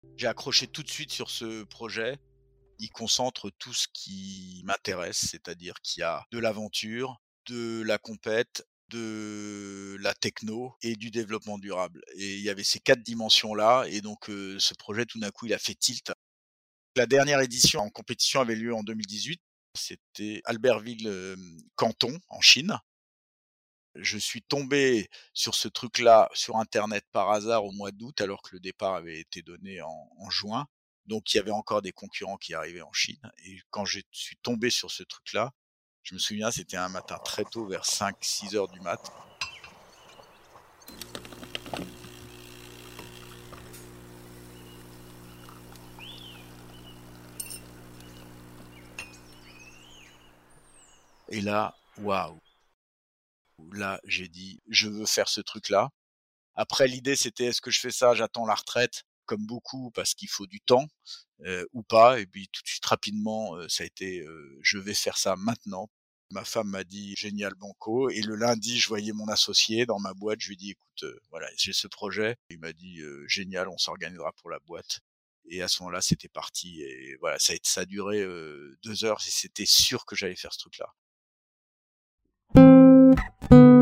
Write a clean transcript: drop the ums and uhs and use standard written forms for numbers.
J'ai accroché tout de suite sur ce projet. Il concentre tout ce qui m'intéresse, c'est-à-dire qu'il y a de l'aventure, de la compète, de la techno et du développement durable et il y avait ces 4 dimensions-là et donc ce projet tout d'un coup, il a fait tilt. La dernière édition en compétition avait lieu en 2018. C'était Albertville, Canton, en Chine. Je suis tombé sur ce truc-là sur internet par hasard au mois d'août, alors que le départ avait été donné en juin. Donc il y avait encore des concurrents qui arrivaient en Chine et quand je suis tombé sur ce truc-là, je me souviens, c'était un matin très tôt vers 5-6 heures du mat. Et là, waouh! Là, j'ai dit: «Je veux faire ce truc-là». Après l'idée, c'était: «Est-ce que je fais ça, j'attends la retraite?» comme beaucoup parce qu'il faut du temps, ou pas et puis tout de suite rapidement, ça a été, «Je vais faire ça maintenant». Ma femme m'a dit: «Génial, banco» et le lundi, je voyais mon associé dans ma boîte, je lui ai dit: «Écoute, voilà, j'ai ce projet». Il m'a dit: «Génial, on s'organisera pour la boîte» et à ce moment-là, c'était parti et voilà, ça a duré, 2 heures et c'était sûr que j'allais faire ce truc-là.